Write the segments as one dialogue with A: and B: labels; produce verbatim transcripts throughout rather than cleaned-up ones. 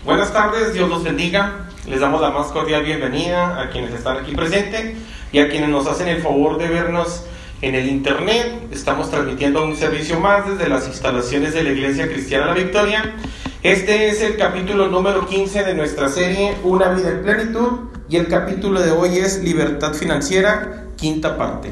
A: Buenas tardes, Dios los bendiga. Les damos la más cordial bienvenida a quienes están aquí presentes y a quienes nos hacen el favor de vernos en el internet. Estamos transmitiendo un servicio más desde las instalaciones de la Iglesia Cristiana La Victoria. Este es el capítulo número quince de nuestra serie Una vida en plenitud, y el capítulo de hoy es Libertad Financiera, quinta parte.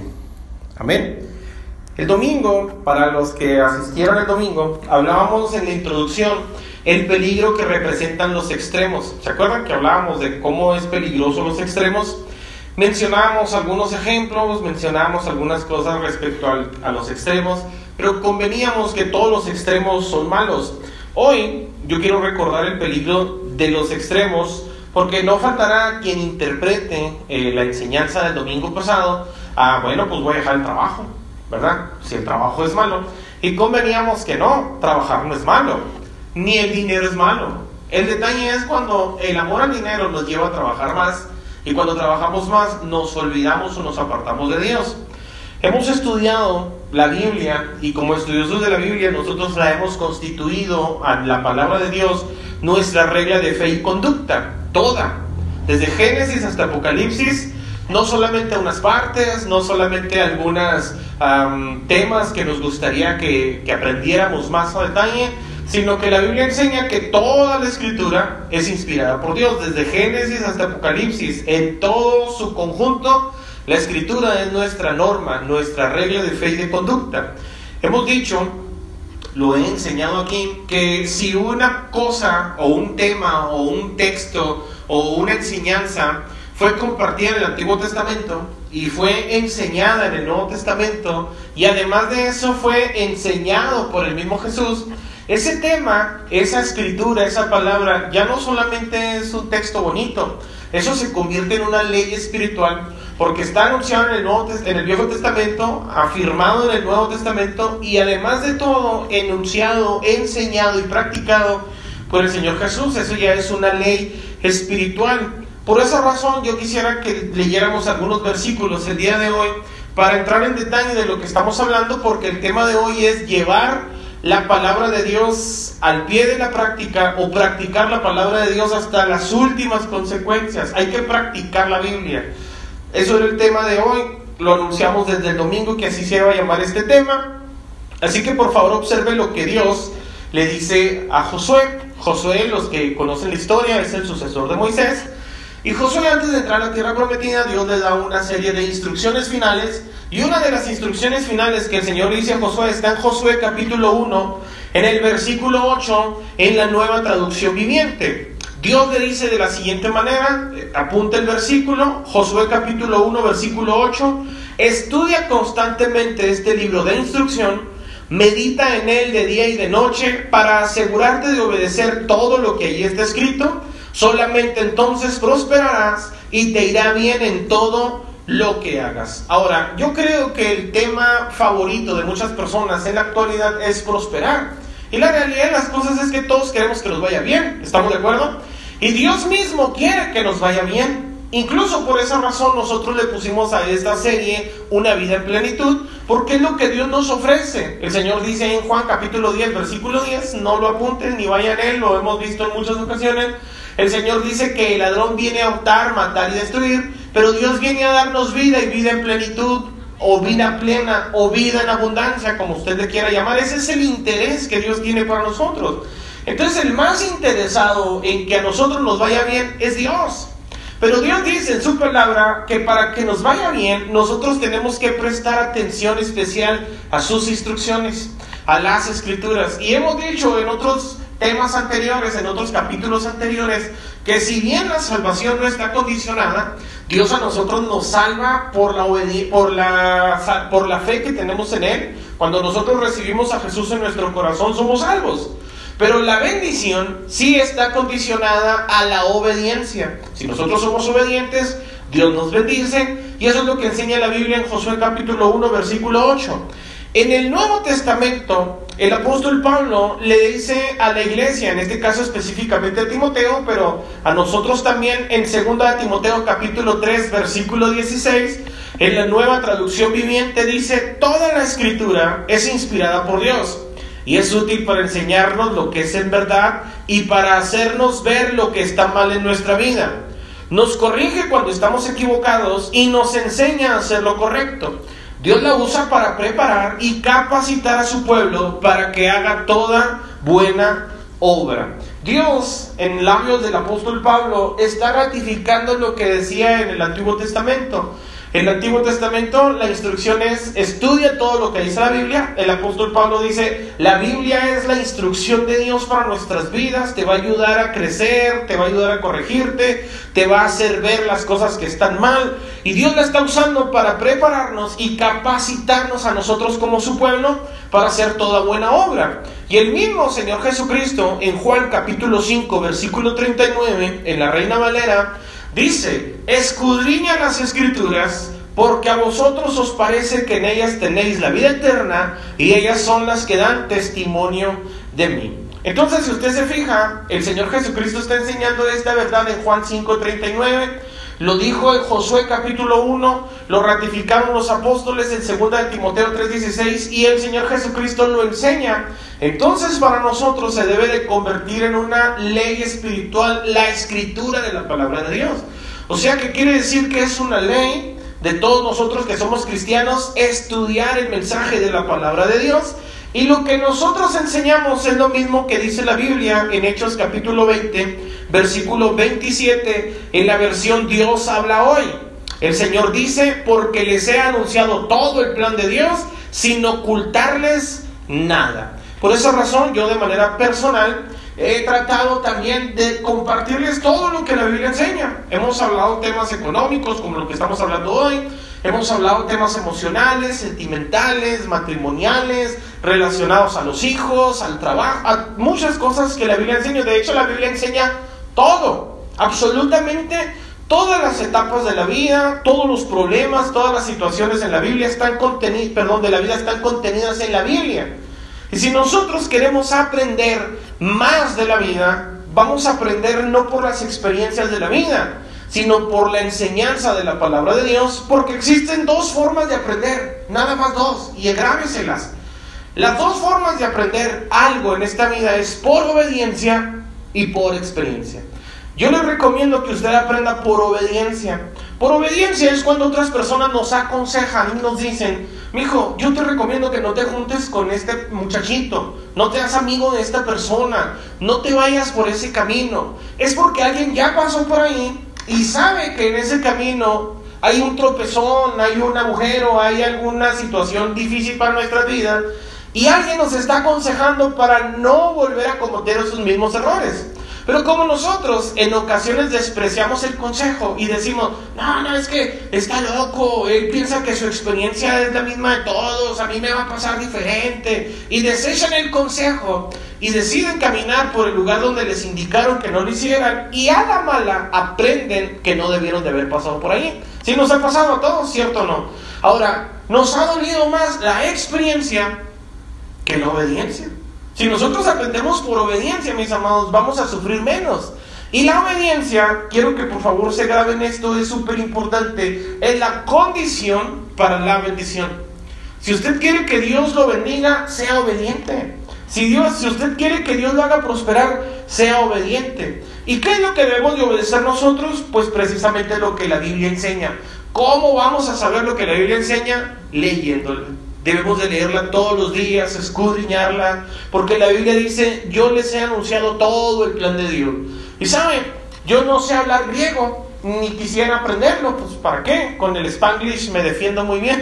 A: Amén. El domingo, para los que asistieron el domingo, hablábamos en la introducción el peligro que representan los extremos. ¿Se acuerdan que hablábamos de cómo es peligroso los extremos? Mencionábamos algunos ejemplos, mencionábamos algunas cosas respecto al, a los extremos, pero conveníamos que todos los extremos son malos. Hoy yo quiero recordar el peligro de los extremos, porque no faltará quien interprete eh, la enseñanza del domingo pasado. Ah, bueno, pues voy a dejar el trabajo, ¿verdad? Si el trabajo es malo. Y conveníamos que no, trabajar no es malo, ni el dinero es malo. El detalle es cuando el amor al dinero nos lleva a trabajar más, y cuando trabajamos más nos olvidamos o nos apartamos de Dios. Hemos estudiado la Biblia, y como estudiosos de la Biblia nosotros la hemos constituido a la palabra de Dios nuestra regla de fe y conducta, toda, desde Génesis hasta Apocalipsis. No solamente unas partes, no solamente algunos um, temas que nos gustaría que, que aprendiéramos más a detalle, sino que la Biblia enseña que toda la Escritura es inspirada por Dios, desde Génesis hasta Apocalipsis. En todo su conjunto, la Escritura es nuestra norma, nuestra regla de fe y de conducta. Hemos dicho, lo he enseñado aquí, que si una cosa o un tema o un texto o una enseñanza fue compartida en el Antiguo Testamento y fue enseñada en el Nuevo Testamento, y además de eso fue enseñado por el mismo Jesús, ese tema, esa escritura, esa palabra, ya no solamente es un texto bonito, eso se convierte en una ley espiritual, porque está anunciado en el, Nuevo, en el Viejo Testamento, afirmado en el Nuevo Testamento, y además de todo, enunciado, enseñado y practicado por el Señor Jesús. Eso ya es una ley espiritual. Por esa razón yo quisiera que leyéramos algunos versículos el día de hoy para entrar en detalle de lo que estamos hablando, porque el tema de hoy es llevar la palabra de Dios al pie de la práctica, o practicar la palabra de Dios hasta las últimas consecuencias. Hay que practicar la Biblia. Eso era el tema de hoy, lo anunciamos desde el domingo que así se va a llamar este tema. Así que por favor observe lo que Dios le dice a Josué. Josué, los que conocen la historia, es el sucesor de Moisés. Y Josué, antes de entrar a la tierra prometida, Dios le da una serie de instrucciones finales. Y una de las instrucciones finales que el Señor le dice a Josué está en Josué capítulo uno, en el versículo ocho, en la Nueva Traducción Viviente. Dios le dice de la siguiente manera, apunta el versículo, Josué capítulo uno, versículo ocho: estudia constantemente este libro de instrucción, medita en él de día y de noche, para asegurarte de obedecer todo lo que allí está escrito. Solamente entonces prosperarás y te irá bien en todo lo que hagas. Ahora, yo creo que el tema favorito de muchas personas en la actualidad es prosperar. Y la realidad de las cosas es que todos queremos que nos vaya bien. ¿Estamos de acuerdo? Y Dios mismo quiere que nos vaya bien. Incluso por esa razón nosotros le pusimos a esta serie Una vida en plenitud, porque es lo que Dios nos ofrece. El Señor dice en Juan capítulo diez, versículo diez, no lo apunten ni vayan en él, lo hemos visto en muchas ocasiones. El Señor dice que el ladrón viene a hurtar, matar y destruir, pero Dios viene a darnos vida, y vida en plenitud, o vida plena, o vida en abundancia, como usted le quiera llamar. Ese es el interés que Dios tiene para nosotros. Entonces el más interesado en que a nosotros nos vaya bien es Dios. Pero Dios dice en su palabra que para que nos vaya bien, nosotros tenemos que prestar atención especial a sus instrucciones, a las escrituras. Y hemos dicho en otros temas anteriores, en otros capítulos anteriores, que si bien la salvación no está condicionada, Dios a nosotros nos salva por la, obedi- por la, por la fe que tenemos en Él. Cuando nosotros recibimos a Jesús en nuestro corazón, somos salvos. Pero la bendición sí está condicionada a la obediencia. Si nosotros somos obedientes, Dios nos bendice, y eso es lo que enseña la Biblia en Josué capítulo uno, versículo ocho. En el Nuevo Testamento, el apóstol Pablo le dice a la iglesia, en este caso específicamente a Timoteo, pero a nosotros también, en segunda de Timoteo capítulo tres, versículo dieciséis, en la Nueva Traducción Viviente dice: toda la escritura es inspirada por Dios y es útil para enseñarnos lo que es en verdad y para hacernos ver lo que está mal en nuestra vida. Nos corrige cuando estamos equivocados y nos enseña a hacer lo correcto. Dios la usa para preparar y capacitar a su pueblo para que haga toda buena obra. Dios, en labios del apóstol Pablo, está ratificando lo que decía en el Antiguo Testamento. En el Antiguo Testamento la instrucción es: estudia todo lo que dice la Biblia. El apóstol Pablo dice: la Biblia es la instrucción de Dios para nuestras vidas, te va a ayudar a crecer, te va a ayudar a corregirte, te va a hacer ver las cosas que están mal, y Dios la está usando para prepararnos y capacitarnos a nosotros como su pueblo para hacer toda buena obra. Y el mismo Señor Jesucristo, en Juan capítulo cinco versículo treinta y nueve, en la Reina Valera, dice: escudriña las Escrituras, porque a vosotros os parece que en ellas tenéis la vida eterna, y ellas son las que dan testimonio de mí. Entonces, si usted se fija, el Señor Jesucristo está enseñando esta verdad en Juan cinco treinta y nueve, lo dijo en Josué capítulo uno, lo ratificaron los apóstoles en segunda de Timoteo tres dieciséis, y el Señor Jesucristo lo enseña. Entonces, para nosotros se debe de convertir en una ley espiritual la escritura de la palabra de Dios. O sea, que quiere decir que es una ley de todos nosotros que somos cristianos estudiar el mensaje de la palabra de Dios. Y lo que nosotros enseñamos es lo mismo que dice la Biblia en Hechos capítulo veinte, versículo veintisiete, en la versión Dios habla hoy. El Señor dice: porque les he anunciado todo el plan de Dios sin ocultarles nada. Por esa razón, yo de manera personal he tratado también de compartirles todo lo que la Biblia enseña. Hemos hablado temas económicos, como lo que estamos hablando hoy. Hemos hablado temas emocionales, sentimentales, matrimoniales, relacionados a los hijos, al trabajo, a muchas cosas que la Biblia enseña. De hecho, la Biblia enseña todo, absolutamente todas las etapas de la vida, todos los problemas, todas las situaciones en la Biblia están contenidas, perdón, de la vida están contenidas en la Biblia. Y si nosotros queremos aprender más de la vida, vamos a aprender no por las experiencias de la vida, sino por la enseñanza de la palabra de Dios, porque existen dos formas de aprender, nada más dos, y grábeselas. Las dos formas de aprender algo en esta vida es por obediencia y por experiencia. Yo les recomiendo que usted aprenda por obediencia. Por obediencia es cuando otras personas nos aconsejan y nos dicen: mijo, yo te recomiendo que no te juntes con este muchachito, no te hagas amigo de esta persona, no te vayas por ese camino. Es porque alguien ya pasó por ahí y sabe que en ese camino hay un tropezón, hay un agujero, hay alguna situación difícil para nuestra vida, y alguien nos está aconsejando para no volver a cometer esos mismos errores. Pero como nosotros en ocasiones despreciamos el consejo y decimos: no, no, es que está loco, él piensa que su experiencia es la misma de todos, a mí me va a pasar diferente, y desechan el consejo y deciden caminar por el lugar donde les indicaron que no lo hicieran, y a la mala aprenden que no debieron de haber pasado por ahí. Sí, nos ha pasado a todos, ¿cierto o no? Ahora, nos ha dolido más la experiencia que la obediencia. Si nosotros aprendemos por obediencia, mis amados, vamos a sufrir menos. Y la obediencia, quiero que por favor se graben esto, es súper importante, es la condición para la bendición. Si usted quiere que Dios lo bendiga, sea obediente. Si, Dios, si usted quiere que Dios lo haga prosperar, sea obediente. ¿Y qué es lo que debemos de obedecer nosotros? Pues precisamente lo que la Biblia enseña. ¿Cómo vamos a saber lo que la Biblia enseña? Leyéndola. Debemos de leerla todos los días, escudriñarla, porque la Biblia dice: yo les he anunciado todo el plan de Dios. Y saben, yo no sé hablar griego, ni quisiera aprenderlo, pues ¿para qué? Con el Spanglish me defiendo muy bien.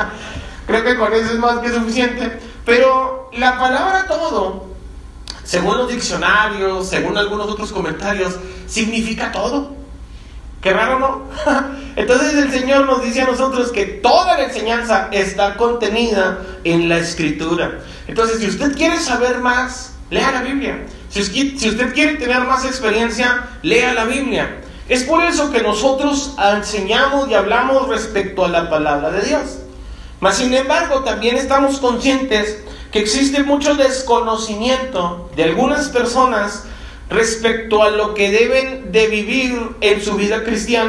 A: Creo que con eso es más que suficiente. Pero la palabra todo, según los diccionarios, según algunos otros comentarios, significa todo. Qué raro, ¿no? Entonces el Señor nos dice a nosotros que toda la enseñanza está contenida en la Escritura. Entonces, si usted quiere saber más, lea la Biblia. Si usted quiere tener más experiencia, lea la Biblia. Es por eso que nosotros enseñamos y hablamos respecto a la palabra de Dios. Mas, sin embargo, también estamos conscientes que existe mucho desconocimiento de algunas personas respecto a lo que deben de vivir en su vida cristiana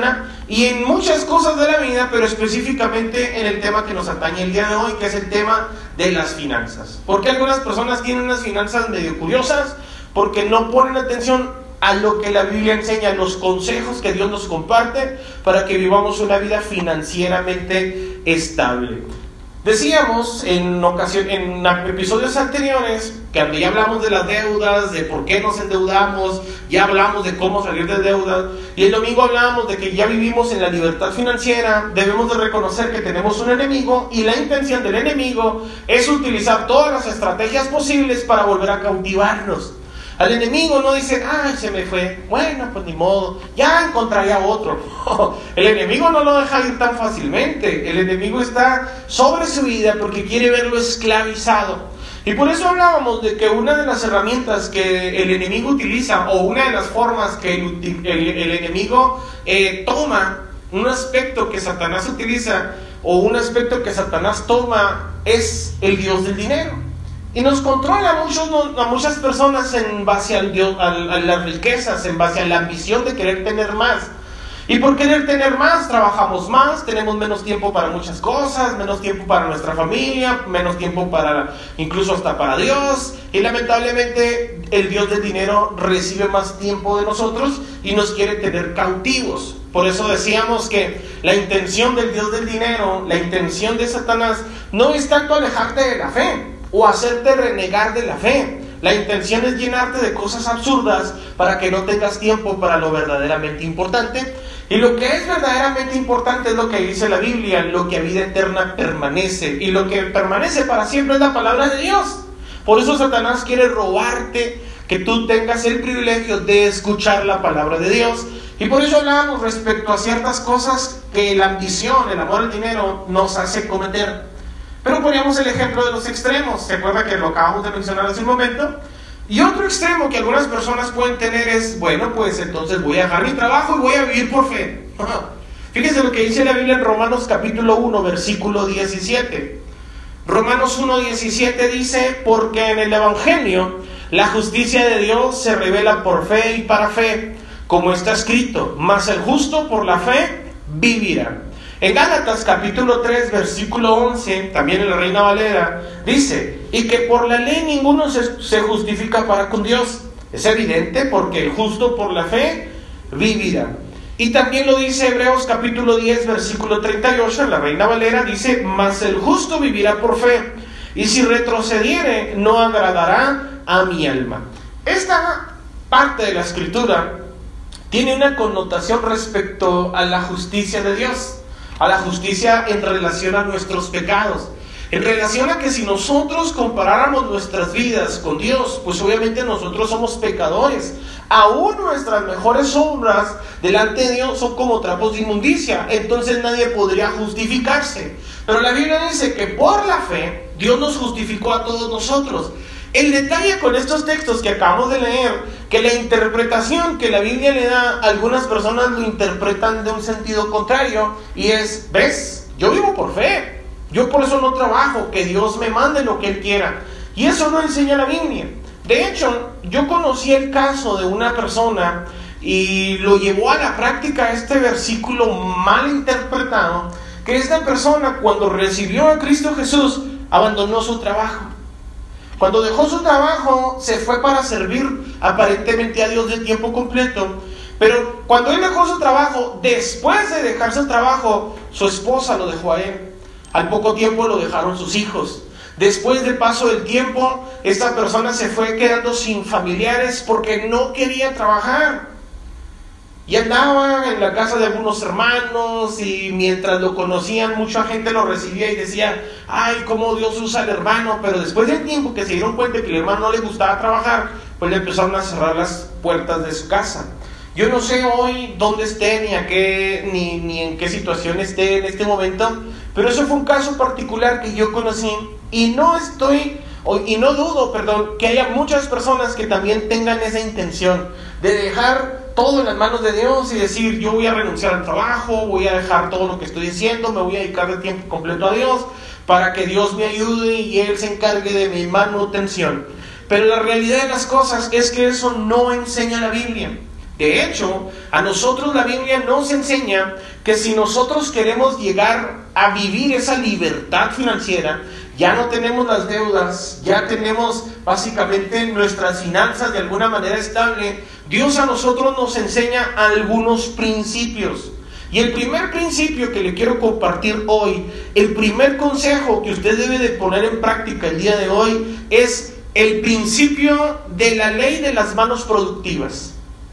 A: y en muchas cosas de la vida, pero específicamente en el tema que nos atañe el día de hoy, que es el tema de las finanzas. Porque algunas personas tienen unas finanzas medio curiosas, porque no ponen atención a lo que la Biblia enseña, los consejos que Dios nos comparte para que vivamos una vida financieramente estable. Decíamos en ocasión, en episodios anteriores, que ya hablamos de las deudas, de por qué nos endeudamos, ya hablamos de cómo salir de deudas, y el domingo hablábamos de que ya vivimos en la libertad financiera, debemos de reconocer que tenemos un enemigo, y la intención del enemigo es utilizar todas las estrategias posibles para volver a cautivarnos. Al enemigo no dice, ay, se me fue, bueno, pues ni modo, ya encontraré a otro. El enemigo no lo deja ir tan fácilmente. El enemigo está sobre su vida porque quiere verlo esclavizado. Y por eso hablábamos de que una de las herramientas que el enemigo utiliza, o una de las formas que el, el, el enemigo eh, toma, un aspecto que Satanás utiliza, o un aspecto que Satanás toma, es el Dios del dinero. Y nos controla a, muchos, a muchas personas en base al Dios, a, a las riquezas, en base a la ambición de querer tener más. Y por querer tener más, trabajamos más, tenemos menos tiempo para muchas cosas, menos tiempo para nuestra familia, menos tiempo para, incluso hasta para Dios. Y lamentablemente el Dios del dinero recibe más tiempo de nosotros y nos quiere tener cautivos. Por eso decíamos que la intención del Dios del dinero, la intención de Satanás, no es tanto alejarte de la fe o hacerte renegar de la fe. La intención es llenarte de cosas absurdas para que no tengas tiempo para lo verdaderamente importante. Y lo que es verdaderamente importante es lo que dice la Biblia, lo que a vida eterna permanece. Y lo que permanece para siempre es la palabra de Dios. Por eso Satanás quiere robarte que tú tengas el privilegio de escuchar la palabra de Dios. Y por eso hablábamos respecto a ciertas cosas que la ambición, el amor al dinero nos hace cometer. Pero poníamos el ejemplo de los extremos. ¿Se acuerda que lo acabamos de mencionar hace un momento? Y otro extremo que algunas personas pueden tener es, bueno, pues entonces voy a dejar mi trabajo y voy a vivir por fe. Fíjense lo que dice la Biblia en Romanos capítulo uno, versículo diecisiete. Romanos uno, diecisiete dice, porque en el Evangelio la justicia de Dios se revela por fe y para fe, como está escrito, mas el justo por la fe vivirá. En Gálatas capítulo tres, versículo once, también en la Reina Valera, dice, y que por la ley ninguno se, se justifica para con Dios. Es evidente, porque el justo por la fe vivirá. Y también lo dice Hebreos capítulo diez, versículo treinta y ocho, en la Reina Valera, dice, mas el justo vivirá por fe, y si retrocediere, no agradará a mi alma. Esta parte de la Escritura tiene una connotación respecto a la justicia de Dios, a la justicia en relación a nuestros pecados, en relación a que si nosotros comparáramos nuestras vidas con Dios, pues obviamente nosotros somos pecadores. Aún nuestras mejores obras delante de Dios son como trapos de inmundicia, entonces nadie podría justificarse. Pero la Biblia dice que por la fe Dios nos justificó a todos nosotros. El detalle con estos textos que acabamos de leer, que la interpretación que la Biblia le da, algunas personas lo interpretan de un sentido contrario, y es, ¿ves? Yo vivo por fe, yo por eso no trabajo, que Dios me mande lo que Él quiera. Y eso no enseña la Biblia. De hecho, yo conocí el caso de una persona y lo llevó a la práctica este versículo mal interpretado, que esta persona, cuando recibió a Cristo Jesús, abandonó su trabajo. Cuando dejó su trabajo, se fue para servir aparentemente a Dios de tiempo completo. Pero cuando él dejó su trabajo, después de dejar su trabajo, su esposa lo dejó a él. Al poco tiempo lo dejaron sus hijos. Después del paso del tiempo, esta persona se fue quedando sin familiares porque no quería trabajar. Y andaba en la casa de algunos hermanos, y mientras lo conocían, mucha gente lo recibía y decía, ay, cómo Dios usa al hermano. Pero después del tiempo que se dieron cuenta que el hermano no le gustaba trabajar, pues le empezaron a cerrar las puertas de su casa. Yo no sé hoy dónde esté, ni a qué, ni, ni en qué situación esté en este momento, pero eso fue un caso particular que yo conocí, y no estoy, y no dudo, perdón, que haya muchas personas que también tengan esa intención de dejar todo en las manos de Dios y decir, yo voy a renunciar al trabajo, voy a dejar todo lo que estoy haciendo, me voy a dedicar de tiempo completo a Dios para que Dios me ayude y Él se encargue de mi manutención. Pero la realidad de las cosas es que eso no enseña la Biblia. De hecho, a nosotros la Biblia nos enseña que si nosotros queremos llegar a vivir esa libertad financiera, ya no tenemos las deudas, ya tenemos básicamente nuestras finanzas de alguna manera estable, Dios a nosotros nos enseña algunos principios. Y el primer principio que le quiero compartir hoy, el primer consejo que usted debe de poner en práctica el día de hoy, es el principio de la ley de las manos productivas.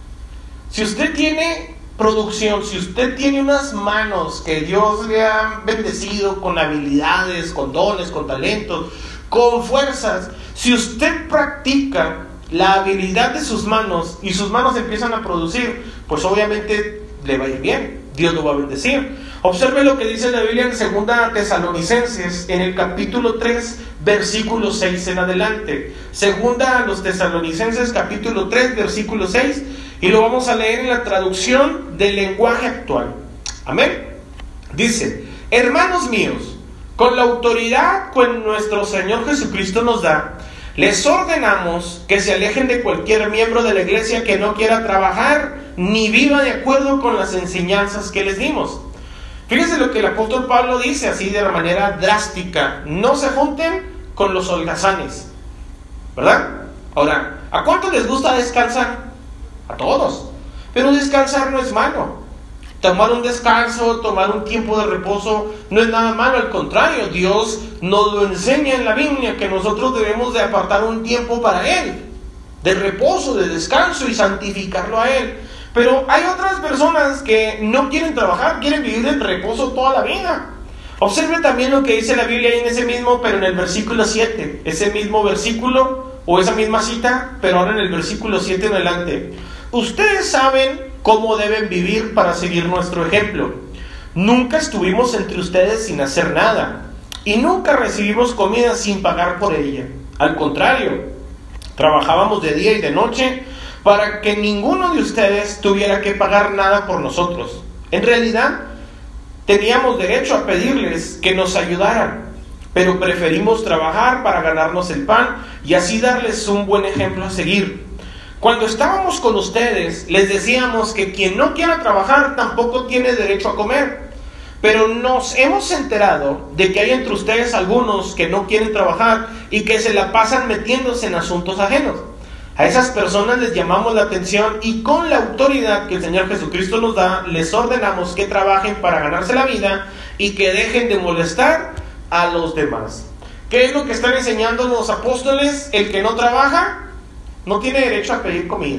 A: Si usted tiene producción, si usted tiene unas manos que Dios le ha bendecido con habilidades, con dones, con talentos, con fuerzas, si usted practica la habilidad de sus manos y sus manos empiezan a producir, pues obviamente le va a ir bien, Dios lo va a bendecir. Observe lo que dice la Biblia en segunda Tesalonicenses, en el capítulo tres, versículo seis en adelante. Segunda a los Tesalonicenses, capítulo tres, versículo seis, y lo vamos a leer en la traducción del lenguaje actual. Amén. Dice: hermanos míos, con la autoridad que nuestro Señor Jesucristo nos da, les ordenamos que se alejen de cualquier miembro de la iglesia que no quiera trabajar ni viva de acuerdo con las enseñanzas que les dimos. Fíjense lo que el apóstol Pablo dice así de manera drástica: no se junten con los holgazanes, ¿verdad? Ahora, ¿a cuánto les gusta descansar? A todos. Pero descansar no es malo. Tomar un descanso, tomar un tiempo de reposo no es nada malo, al contrario, Dios nos lo enseña en la Biblia, que nosotros debemos de apartar un tiempo para Él, de reposo, de descanso, y santificarlo a Él. Pero hay otras personas que no quieren trabajar, quieren vivir en reposo toda la vida. Observe también lo que dice la Biblia ahí en ese mismo, pero en el versículo siete, ese mismo versículo, o esa misma cita, pero ahora en el versículo siete en adelante. Ustedes saben cómo deben vivir para seguir nuestro ejemplo. Nunca estuvimos entre ustedes sin hacer nada, y nunca recibimos comida sin pagar por ella. Al contrario, trabajábamos de día y de noche para que ninguno de ustedes tuviera que pagar nada por nosotros. En realidad, teníamos derecho a pedirles que nos ayudaran, pero preferimos trabajar para ganarnos el pan y así darles un buen ejemplo a seguir. Cuando estábamos con ustedes, les decíamos que quien no quiera trabajar tampoco tiene derecho a comer. Pero nos hemos enterado de que hay entre ustedes algunos que no quieren trabajar y que se la pasan metiéndose en asuntos ajenos. A esas personas les llamamos la atención y con la autoridad que el Señor Jesucristo nos da, les ordenamos que trabajen para ganarse la vida y que dejen de molestar a los demás. ¿Qué es lo que están enseñando los apóstoles? El que no trabaja no tiene derecho a pedir comida.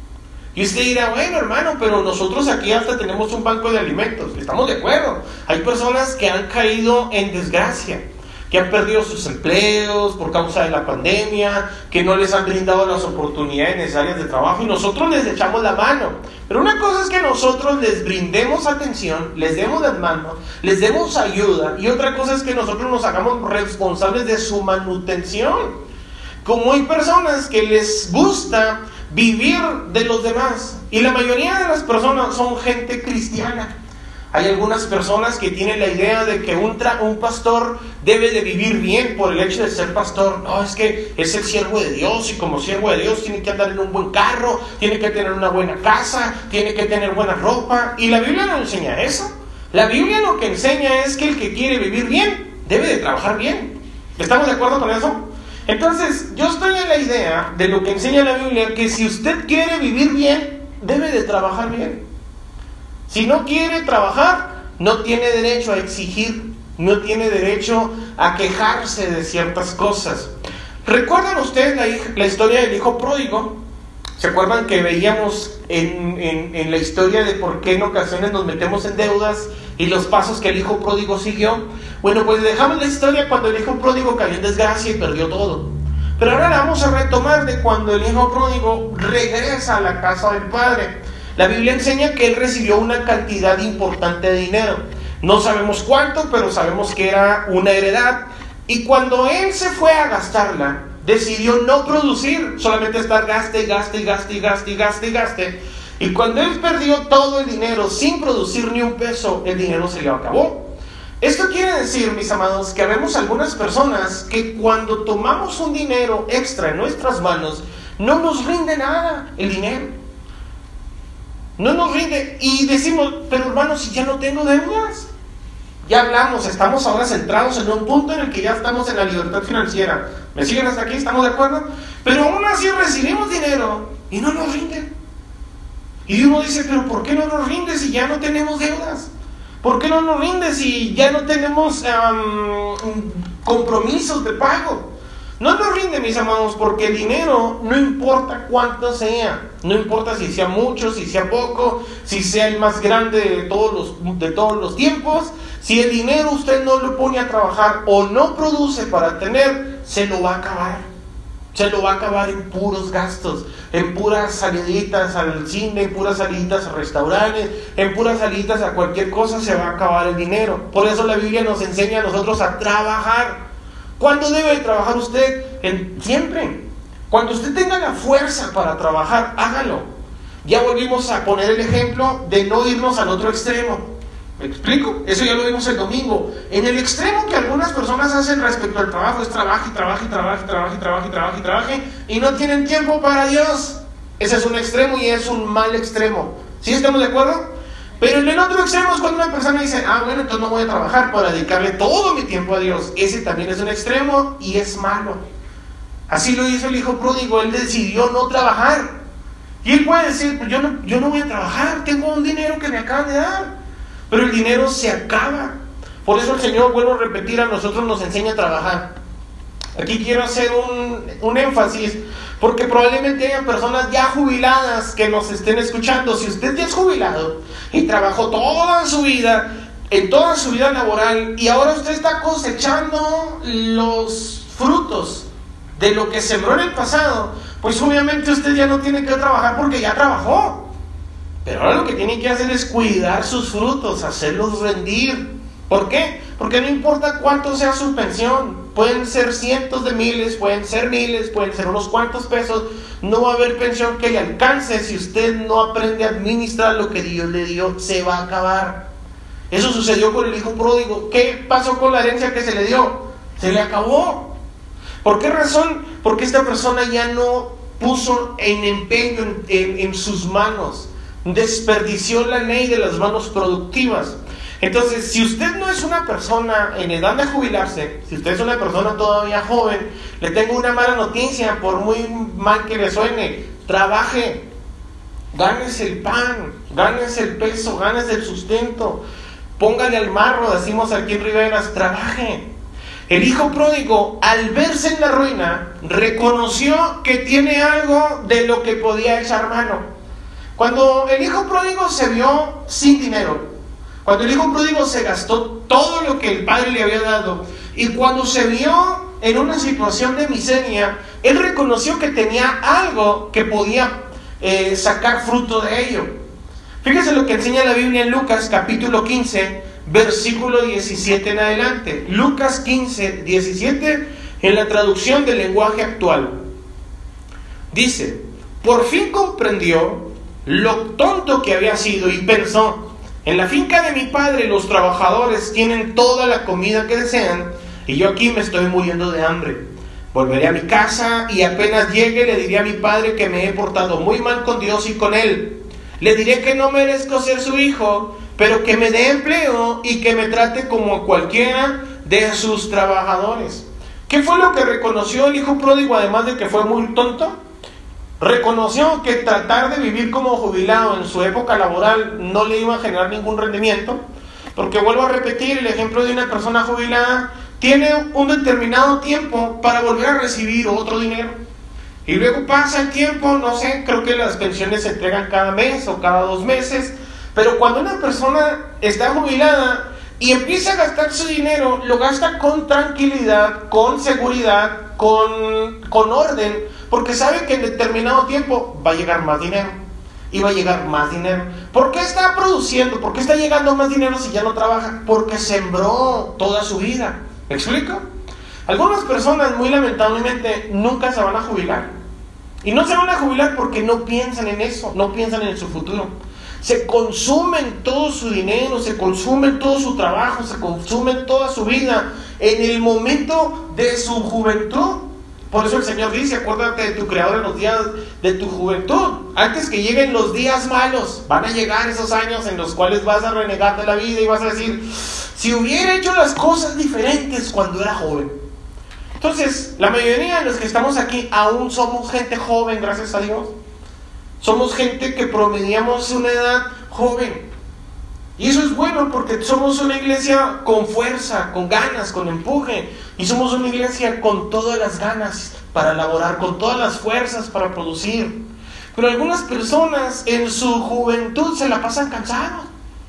A: Y usted dirá: bueno, hermano, pero nosotros aquí hasta tenemos un banco de alimentos. Estamos de acuerdo. Hay personas que han caído en desgracia, que han perdido sus empleos por causa de la pandemia, que no les han brindado las oportunidades necesarias de trabajo, y nosotros les echamos la mano. Pero una cosa es que nosotros les brindemos atención, les demos las manos, les demos ayuda, y otra cosa es que nosotros nos hagamos responsables de su manutención. Como hay personas que les gusta vivir de los demás, y la mayoría de las personas son gente cristiana. Hay algunas personas que tienen la idea de que un, tra- un pastor debe de vivir bien por el hecho de ser pastor. No, es que es el siervo de Dios, y como siervo de Dios tiene que andar en un buen carro, tiene que tener una buena casa, tiene que tener buena ropa. Y la Biblia no enseña eso. La Biblia lo que enseña es que el que quiere vivir bien debe de trabajar bien. ¿Estamos de acuerdo con eso? Entonces, yo estoy en la idea de lo que enseña la Biblia, que si usted quiere vivir bien, debe de trabajar bien. Si no quiere trabajar, no tiene derecho a exigir, no tiene derecho a quejarse de ciertas cosas. ¿Recuerdan ustedes la, la historia del hijo pródigo? ¿Se acuerdan que veíamos en, en, en la historia de por qué en ocasiones nos metemos en deudas y los pasos que el hijo pródigo siguió? Bueno, pues dejamos la historia cuando el hijo pródigo cayó en desgracia y perdió todo. Pero ahora la vamos a retomar de cuando el hijo pródigo regresa a la casa del padre. La Biblia enseña que él recibió una cantidad importante de dinero. No sabemos cuánto, pero sabemos que era una heredad. Y cuando él se fue a gastarla, decidió no producir, solamente estar gaste, gaste, gaste, gaste, gaste, gaste. Y cuando él perdió todo el dinero sin producir ni un peso, el dinero se le acabó. Esto quiere decir, mis amados, que habemos algunas personas que cuando tomamos un dinero extra en nuestras manos, no nos rinde nada el dinero. no nos rinde. Y decimos, pero hermano, si ya no tengo deudas. Ya hablamos, estamos ahora centrados en un punto en el que ya estamos en la libertad financiera. ¿Me siguen hasta aquí? ¿Estamos de acuerdo? Pero aún así recibimos dinero y no nos rinde. Y uno dice, pero ¿por qué no nos rinde si ya no tenemos deudas? ¿Por qué no nos rinde si ya no tenemos um, compromisos de pago? No nos rinde, mis amados, porque el dinero no importa cuánto sea. No importa si sea mucho, si sea poco, si sea el más grande de todos los, de todos los tiempos. Si el dinero usted no lo pone a trabajar o no produce para tener, se lo va a acabar. Se lo va a acabar en puros gastos, en puras saliditas al cine, en puras saliditas a restaurantes, en puras saliditas a cualquier cosa, se va a acabar el dinero. Por eso la Biblia nos enseña a nosotros a trabajar. ¿Cuándo debe trabajar usted? En, siempre. Cuando usted tenga la fuerza para trabajar, hágalo. Ya volvimos a poner el ejemplo de no irnos al otro extremo. ¿Me explico? Eso ya lo vimos el domingo. En el extremo que algunas personas hacen respecto al trabajo es trabajo y trabajo y trabajo y trabajo y trabajo y trabajo y trabajo y no tienen tiempo para Dios. Ese es un extremo y es un mal extremo. ¿Sí estamos de acuerdo? Pero en el otro extremo es cuando una persona dice, ah, bueno, entonces no voy a trabajar para dedicarle todo mi tiempo a Dios. Ese también es un extremo y es malo. Así lo hizo el hijo pródigo, él decidió no trabajar. Y él puede decir, pues yo no, yo no voy a trabajar, tengo un dinero que me acaban de dar. Pero el dinero se acaba. Por eso el Señor, vuelvo a repetir, a nosotros nos enseña a trabajar. Aquí quiero hacer un, un énfasis, porque probablemente haya personas ya jubiladas que nos estén escuchando. Si usted ya es jubilado y trabajó toda su vida, en toda su vida laboral, y ahora usted está cosechando los frutos de lo que sembró en el pasado, pues obviamente usted ya no tiene que trabajar porque ya trabajó. Pero ahora lo que tiene que hacer es cuidar sus frutos, hacerlos rendir. ¿Por qué? Porque no importa cuánto sea su pensión, pueden ser cientos de miles, pueden ser miles, pueden ser unos cuantos pesos, no va a haber pensión que le alcance si usted no aprende a administrar lo que Dios le dio, se va a acabar. Eso sucedió con el hijo pródigo. ¿Qué pasó con la herencia que se le dio? Se le acabó. ¿Por qué razón? Porque esta persona ya no puso en empeño en, en, en sus manos, desperdició la ley de las manos productivas. Entonces, si usted no es una persona en edad de jubilarse, si usted es una persona todavía joven, le tengo una mala noticia, por muy mal que le suene: trabaje, gánese el pan, gánese el peso, gánese el sustento, póngale al marro, decimos aquí en Riberas, trabaje. El hijo pródigo, al verse en la ruina, reconoció que tiene algo de lo que podía echar mano. Cuando el hijo pródigo se vio sin dinero, cuando el hijo pródigo se gastó todo lo que el padre le había dado, y cuando se vio en una situación de miseria, él reconoció que tenía algo que podía eh, sacar fruto de ello. Fíjese lo que enseña la Biblia en Lucas capítulo quince, versículo diecisiete en adelante. Lucas quince, diecisiete, en la traducción del lenguaje actual. Dice: por fin comprendió lo tonto que había sido y pensó: en la finca de mi padre los trabajadores tienen toda la comida que desean y yo aquí me estoy muriendo de hambre. Volveré a mi casa y apenas llegue le diré a mi padre que me he portado muy mal con Dios y con él. Le diré que no merezco ser su hijo, pero que me dé empleo y que me trate como a cualquiera de sus trabajadores. ¿Qué fue lo que reconoció el hijo pródigo, además de que fue muy tonto? Reconoció que tratar de vivir como jubilado en su época laboral no le iba a generar ningún rendimiento, porque vuelvo a repetir, el ejemplo de una persona jubilada tiene un determinado tiempo para volver a recibir otro dinero, y luego pasa el tiempo, no sé, creo que las pensiones se entregan cada mes o cada dos meses, pero cuando una persona está jubilada y empieza a gastar su dinero, lo gasta con tranquilidad, con seguridad, con, con orden, porque sabe que en determinado tiempo va a llegar más dinero, y va a llegar más dinero. ¿Por qué está produciendo? ¿Por qué está llegando más dinero si ya no trabaja? Porque sembró toda su vida. ¿Me explico? Algunas personas, muy lamentablemente, nunca se van a jubilar. Y no se van a jubilar porque no piensan en eso, no piensan en su futuro. Se consumen todo su dinero, se consumen todo su trabajo, se consumen toda su vida en el momento de su juventud. Por eso el Señor dice, acuérdate de tu Creador en los días de tu juventud. Antes que lleguen los días malos, van a llegar esos años en los cuales vas a renegar de la vida y vas a decir, si hubiera hecho las cosas diferentes cuando era joven. Entonces, la mayoría de los que estamos aquí aún somos gente joven, gracias a Dios. Somos gente que promediamos una edad joven. Y eso es bueno porque somos una iglesia con fuerza, con ganas, con empuje. Y somos una iglesia con todas las ganas para laborar, con todas las fuerzas para producir. Pero algunas personas en su juventud se la pasan cansados.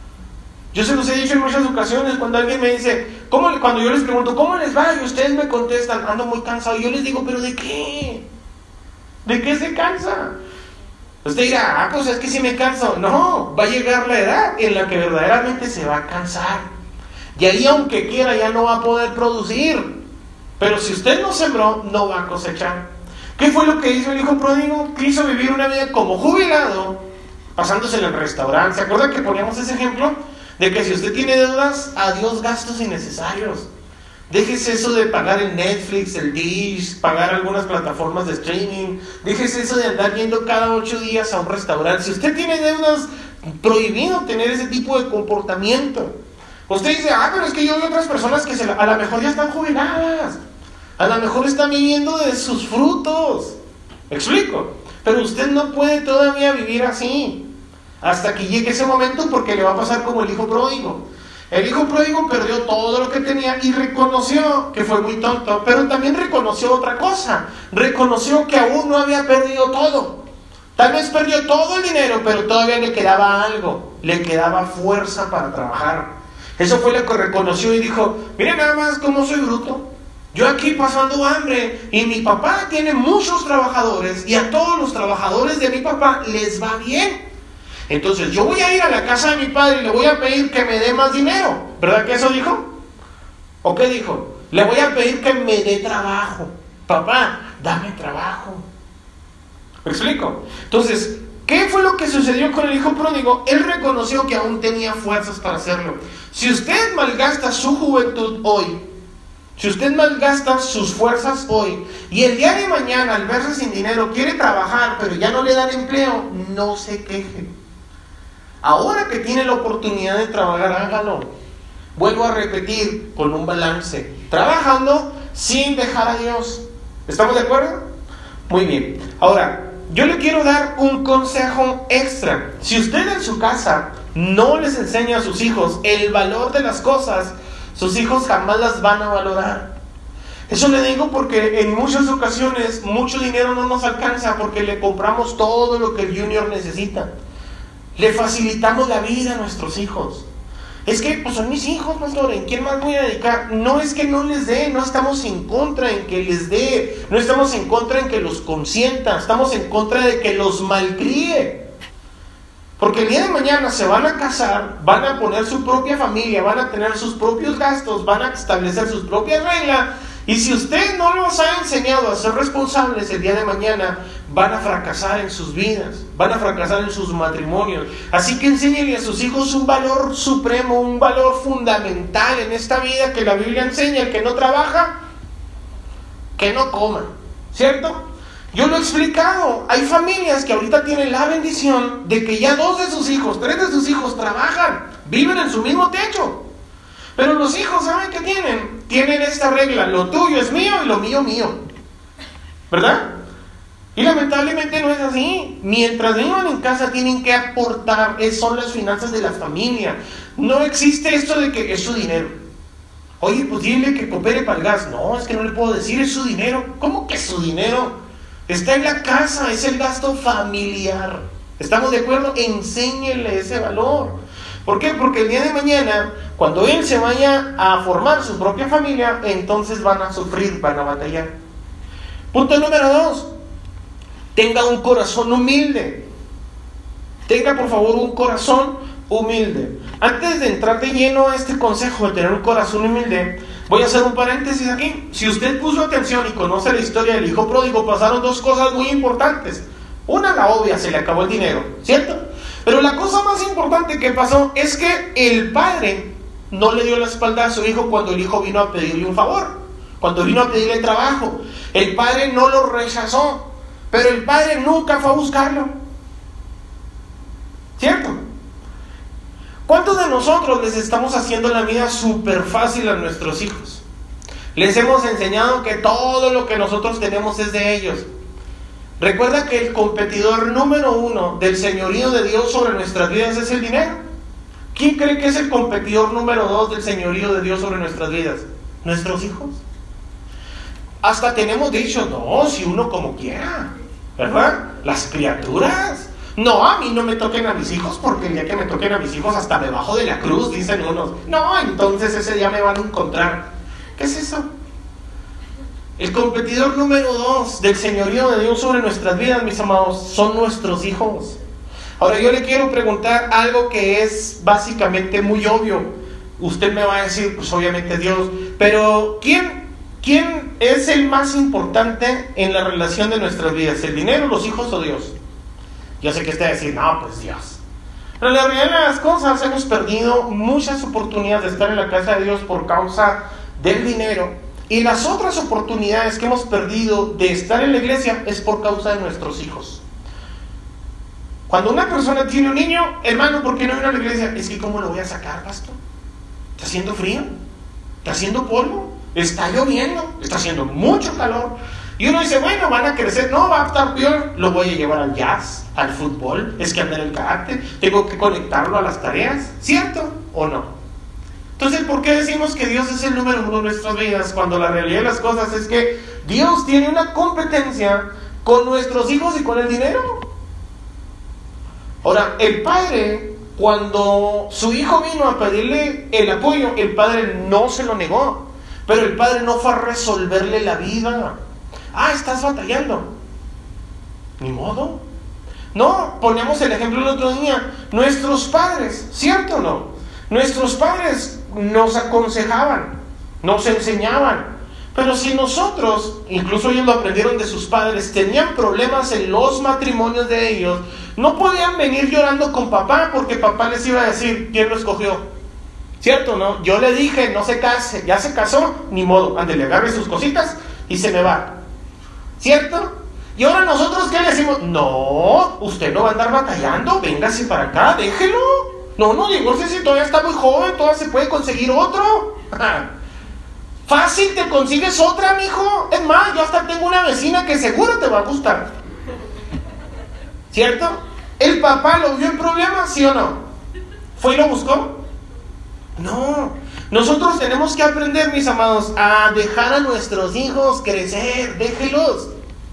A: Yo se los he dicho en muchas ocasiones cuando alguien me dice, ¿cómo, cuando yo les pregunto, ¿cómo les va? Y ustedes me contestan, ando muy cansado. Y yo les digo, ¿pero de qué? ¿De qué se cansa? Usted dirá, ah, pues es que si me canso. No, va a llegar la edad en la que verdaderamente se va a cansar. Y ahí aunque quiera ya no va a poder producir. Pero si usted no sembró, no va a cosechar. ¿Qué fue lo que hizo el hijo pródigo? Quiso vivir una vida como jubilado, pasándose en el restaurante. ¿Se acuerdan que poníamos ese ejemplo? De que si usted tiene deudas, adiós gastos innecesarios. Déjese eso de pagar el Netflix, el Dish, pagar algunas plataformas de streaming. Déjese eso de andar yendo cada ocho días a un restaurante. Si usted tiene deudas, prohibido tener ese tipo de comportamiento. Usted dice, ah, pero es que yo veo otras personas que se la, a lo mejor ya están jubiladas. A lo mejor están viviendo de sus frutos. ¿Me explico? Pero usted no puede todavía vivir así. Hasta que llegue ese momento, porque le va a pasar como el hijo pródigo. El hijo pródigo perdió todo lo que tenía y reconoció que fue muy tonto, pero también reconoció otra cosa. Reconoció que aún no había perdido todo. Tal vez perdió todo el dinero, pero todavía le quedaba algo. Le quedaba fuerza para trabajar. Eso fue lo que reconoció y dijo, miren nada más cómo soy bruto. Yo aquí pasando hambre y mi papá tiene muchos trabajadores y a todos los trabajadores de mi papá les va bien. Entonces yo voy a ir a la casa de mi padre y le voy a pedir que me dé más dinero. ¿Verdad que eso dijo? ¿O qué dijo? Le voy a pedir que me dé trabajo. Papá, dame trabajo. ¿Me explico? Entonces, ¿qué fue lo que sucedió con el hijo pródigo? Él reconoció que aún tenía fuerzas para hacerlo. Si usted malgasta su juventud hoy, si usted malgasta sus fuerzas hoy, y el día de mañana al verse sin dinero quiere trabajar, pero ya no le dan empleo, no se queje. Ahora que tiene la oportunidad de trabajar, hágalo. Vuelvo a repetir, con un balance. Trabajando sin dejar a Dios. ¿Estamos de acuerdo? Muy bien. Ahora, yo le quiero dar un consejo extra. Si usted en su casa no les enseña a sus hijos el valor de las cosas, sus hijos jamás las van a valorar. Eso le digo porque en muchas ocasiones mucho dinero no nos alcanza porque le compramos todo lo que el junior necesita. Le facilitamos la vida a nuestros hijos. Es que pues son mis hijos, pastor, ¿en quién más voy a dedicar? No es que no les dé, no estamos en contra en que les dé, no estamos en contra en que los consienta, estamos en contra de que los malcríe. Porque el día de mañana se van a casar, van a poner su propia familia, van a tener sus propios gastos, van a establecer sus propias reglas. Y si usted no los ha enseñado a ser responsables el día de mañana, van a fracasar en sus vidas, van a fracasar en sus matrimonios. Así que enséñenle a sus hijos un valor supremo, un valor fundamental en esta vida que la Biblia enseña: el que no trabaja, que no coma, ¿cierto? Yo lo he explicado, hay familias que ahorita tienen la bendición de que ya dos de sus hijos, tres de sus hijos trabajan, viven en su mismo techo. Pero los hijos, ¿saben qué tienen? Tienen esta regla: lo tuyo es mío y lo mío mío. ¿Verdad? Y lamentablemente no es así. Mientras vivan en casa tienen que aportar, son las finanzas de la familia. No existe esto de que es su dinero. Oye, pues dile que coopere para el gas. No, es que no le puedo decir, es su dinero. ¿Cómo que es su dinero? Está en la casa, es el gasto familiar. ¿Estamos de acuerdo? Enséñele ese valor. ¿Por qué? Porque el día de mañana, cuando él se vaya a formar su propia familia, entonces van a sufrir, van a batallar. Punto número dos. Tenga un corazón humilde. Tenga por favor un corazón humilde. Antes de entrar de lleno a este consejo de tener un corazón humilde, voy a hacer un paréntesis aquí. Si usted puso atención y conoce la historia del hijo pródigo, pasaron dos cosas muy importantes. Una, la obvia, se le acabó el dinero, ¿cierto? Pero la cosa más importante que pasó es que el padre no le dio la espalda a su hijo cuando el hijo vino a pedirle un favor. cuando vino a pedirle trabajo. El padre no lo rechazó, pero el padre nunca fue a buscarlo. ¿Cierto? ¿Cuántos de nosotros les estamos haciendo la vida súper fácil a nuestros hijos? Les hemos enseñado que todo lo que nosotros tenemos es de ellos. Recuerda que el competidor número uno del señorío de Dios sobre nuestras vidas es el dinero. ¿Quién cree que es el competidor número dos del señorío de Dios sobre nuestras vidas? ¿Nuestros hijos? Hasta tenemos dicho, no, si uno como quiera, ¿verdad? Las criaturas. No, a mí no me toquen a mis hijos, porque el día que me toquen a mis hijos hasta me bajo de la cruz, dicen unos. No, entonces ese día me van a encontrar. ¿Qué es eso? El competidor número dos del señorío de Dios sobre nuestras vidas, mis amados, son nuestros hijos. Ahora yo le quiero preguntar algo que es básicamente muy obvio. Usted me va a decir, pues obviamente Dios, pero ¿quién, quién es el más importante en la relación de nuestras vidas? ¿El dinero, los hijos o Dios? Yo sé que usted va a decir, no, pues Dios. Pero la realidad de las cosas, hemos perdido muchas oportunidades de estar en la casa de Dios por causa del dinero. Y las otras oportunidades que hemos perdido de estar en la iglesia es por causa de nuestros hijos. Cuando una persona tiene un niño, hermano, ¿por qué no viene a la iglesia? Es que ¿cómo lo voy a sacar, pastor? ¿Está haciendo frío? ¿Está haciendo polvo? ¿Está lloviendo? ¿Está haciendo mucho calor? Y uno dice, bueno, van a crecer. No, va a estar peor. Lo voy a llevar al jazz, al fútbol. Es que anda en el carácter. Tengo que conectarlo a las tareas. ¿Cierto o no? Entonces, ¿por qué decimos que Dios es el número uno de nuestras vidas? Cuando la realidad de las cosas es que Dios tiene una competencia con nuestros hijos y con el dinero. Ahora, el padre, cuando su hijo vino a pedirle el apoyo, el padre no se lo negó. Pero el padre no fue a resolverle la vida. Ah, estás batallando. Ni modo. No, ponemos el ejemplo el otro día. Nuestros padres, ¿cierto o no? Nuestros padres nos aconsejaban, nos enseñaban. Pero si nosotros, incluso ellos lo aprendieron de sus padres, tenían problemas en los matrimonios de ellos, no podían venir llorando con papá porque papá les iba a decir quién lo escogió. ¿Cierto o no? Yo le dije, no se case, ya se casó, ni modo, ándele, agarre sus cositas y se me va. ¿Cierto? Y ahora nosotros, ¿qué le decimos? No, usted no va a andar batallando, véngase para acá, déjelo. No, no, divorcie si todavía está muy joven, todavía se puede conseguir otro. Fácil, te consigues otra, mijo. Es más, yo hasta tengo una vecina que seguro te va a gustar. ¿Cierto? ¿El papá lo vio en problemas, sí o no? ¿Fue y lo buscó? No. Nosotros tenemos que aprender, mis amados, a dejar a nuestros hijos crecer. Déjelos.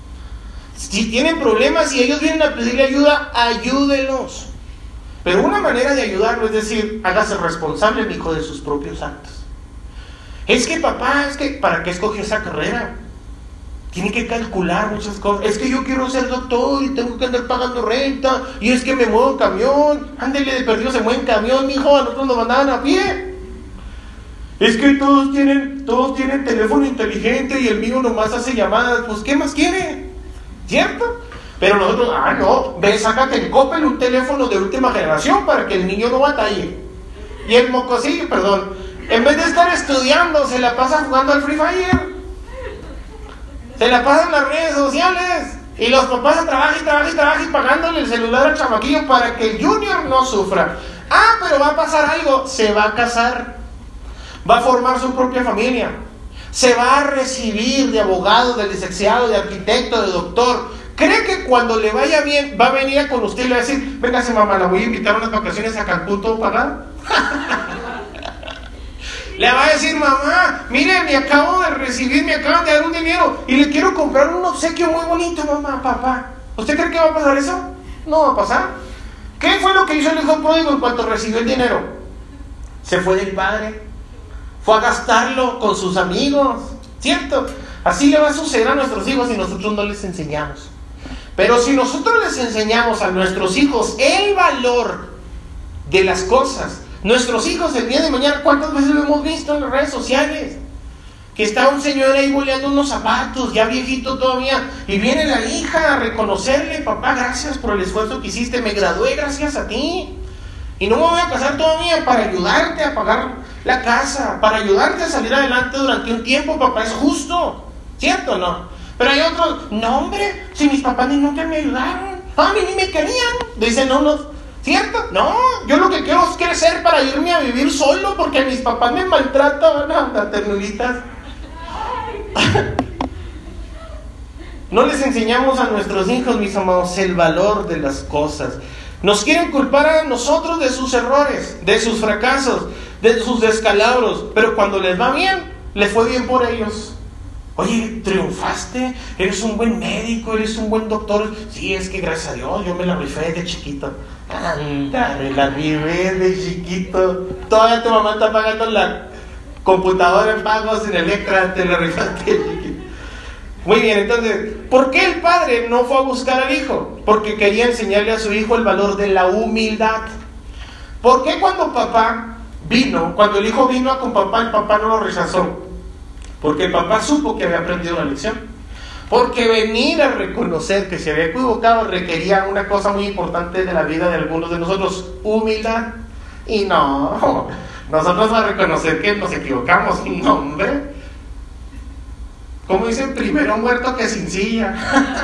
A: Si tienen problemas y ellos vienen a pedirle ayuda, ayúdelos. Pero una manera de ayudarlo es decir, hágase responsable, mi hijo, de sus propios actos. Es que papá, es que, ¿para qué escogió esa carrera? Tiene que calcular muchas cosas. Es que yo quiero ser doctor y tengo que andar pagando renta. Y es que me muevo en camión. Ándele, de perdido se mueve en camión, mijo. A nosotros nos mandaban a pie. Es que todos tienen, todos tienen teléfono inteligente y el mío nomás hace llamadas. Pues, ¿qué más quiere? ¿Cierto? Pero nosotros, ah, no, ve, sácate el Coppel, un teléfono de última generación para que el niño no batalle. Y el mocosillo, perdón, en vez de estar estudiando, se la pasa jugando al Free Fire. Se la pasa en las redes sociales. Y los papás trabajan y trabajan y trabajan y pagándole el celular al chamaquillo para que el junior no sufra. Ah, pero va a pasar algo, se va a casar. Va a formar su propia familia. Se va a recibir de abogado, de licenciado, de arquitecto, de doctor. ¿Cree que cuando le vaya bien va a venir con usted y le va a decir, véngase mamá, la voy a invitar a unas vacaciones a Cancún todo pagado? Le va a decir, mamá, mire, me acabo de recibir, me acaban de dar un dinero y le quiero comprar un obsequio muy bonito, mamá, papá. ¿Usted cree que va a pasar eso? No va a pasar. ¿Qué fue lo que hizo el hijo pródigo en cuanto recibió el dinero? Se fue del padre. Fue a gastarlo con sus amigos, ¿cierto? Así le va a suceder a nuestros hijos si nosotros no les enseñamos. Pero si nosotros les enseñamos a nuestros hijos el valor de las cosas, nuestros hijos el día de mañana, ¿cuántas veces lo hemos visto en las redes sociales? Que está un señor ahí boleando unos zapatos, ya viejito todavía, y viene la hija a reconocerle, papá, gracias por el esfuerzo que hiciste, me gradué gracias a ti, y no me voy a casar todavía para ayudarte a pagar la casa, para ayudarte a salir adelante durante un tiempo, papá, es justo, ¿cierto o no? Pero hay otros, no hombre, si mis papás ni nunca me ayudaron, a mí ni me querían, dicen unos, ¿cierto? No, yo lo que quiero es crecer para irme a vivir solo, porque mis papás me maltratan, no, las ternuritas. No les enseñamos a nuestros hijos, mis amados, el valor de las cosas. Nos quieren culpar a nosotros de sus errores, de sus fracasos, de sus descalabros, pero cuando les va bien, les fue bien por ellos. Oye, triunfaste, eres un buen médico, eres un buen doctor. Sí, es que gracias a Dios yo me la rifé de chiquito. Anda, me la rifé de chiquito. Todavía tu mamá está pagando la computadora en pagos en Electra, te la rifaste de chiquito. Muy bien, entonces, ¿por qué el padre no fue a buscar al hijo? Porque quería enseñarle a su hijo el valor de la humildad. ¿Por qué cuando papá vino, cuando el hijo vino con papá, el papá no lo rechazó? Porque el papá supo que había aprendido la lección. Porque venir a reconocer que se había equivocado requería una cosa muy importante de la vida de algunos de nosotros: humildad. Y no, nosotros a reconocer que nos equivocamos, no, hombre. Como dicen, primero muerto que sin silla.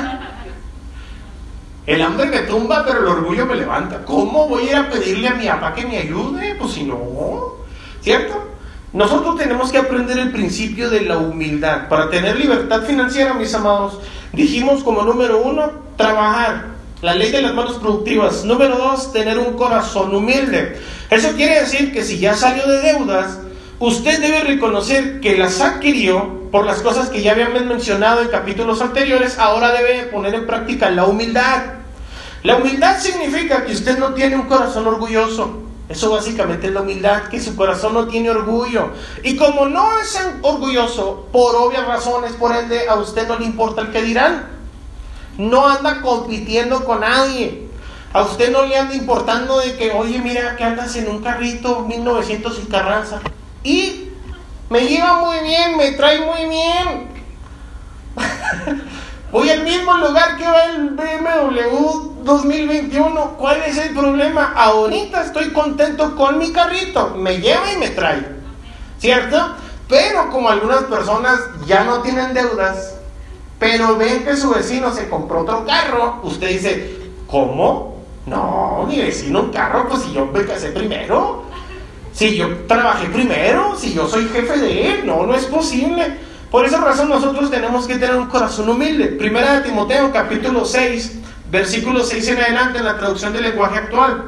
A: El hambre me tumba, pero el orgullo me levanta. ¿Cómo voy a ir a pedirle a mi papá que me ayude? Pues si no, ¿cierto? Nosotros tenemos que aprender el principio de la humildad. Para tener libertad financiera, mis amados, dijimos como número uno, trabajar. La ley de las manos productivas. Número dos, tener un corazón humilde. Eso quiere decir que si ya salió de deudas, usted debe reconocer que las adquirió por las cosas que ya habíamos mencionado en capítulos anteriores. Ahora debe poner en práctica la humildad. La humildad significa que usted no tiene un corazón orgulloso. Eso básicamente es la humildad, que su corazón no tiene orgullo. Y como no es orgulloso, por obvias razones, por ende, a usted no le importa el que dirán. No anda compitiendo con nadie. A usted no le anda importando de que, oye, mira que andas en un carrito mil novecientos y Carranza. Y me lleva muy bien, me trae muy bien. Voy al mismo lugar que va el B M W dos mil veintiuno. ¿Cuál es el problema? Ahorita estoy contento con mi carrito. Me lleva y me trae, ¿cierto? Pero como algunas personas ya no tienen deudas, pero ven que su vecino se compró otro carro, usted dice, ¿cómo? No, mi vecino un carro, pues si yo me casé primero, si yo trabajé primero, si yo soy jefe de él. No, no es posible. Por esa razón nosotros tenemos que tener un corazón humilde. Primera de Timoteo, capítulo seis, versículo seis en adelante, en la traducción del lenguaje actual.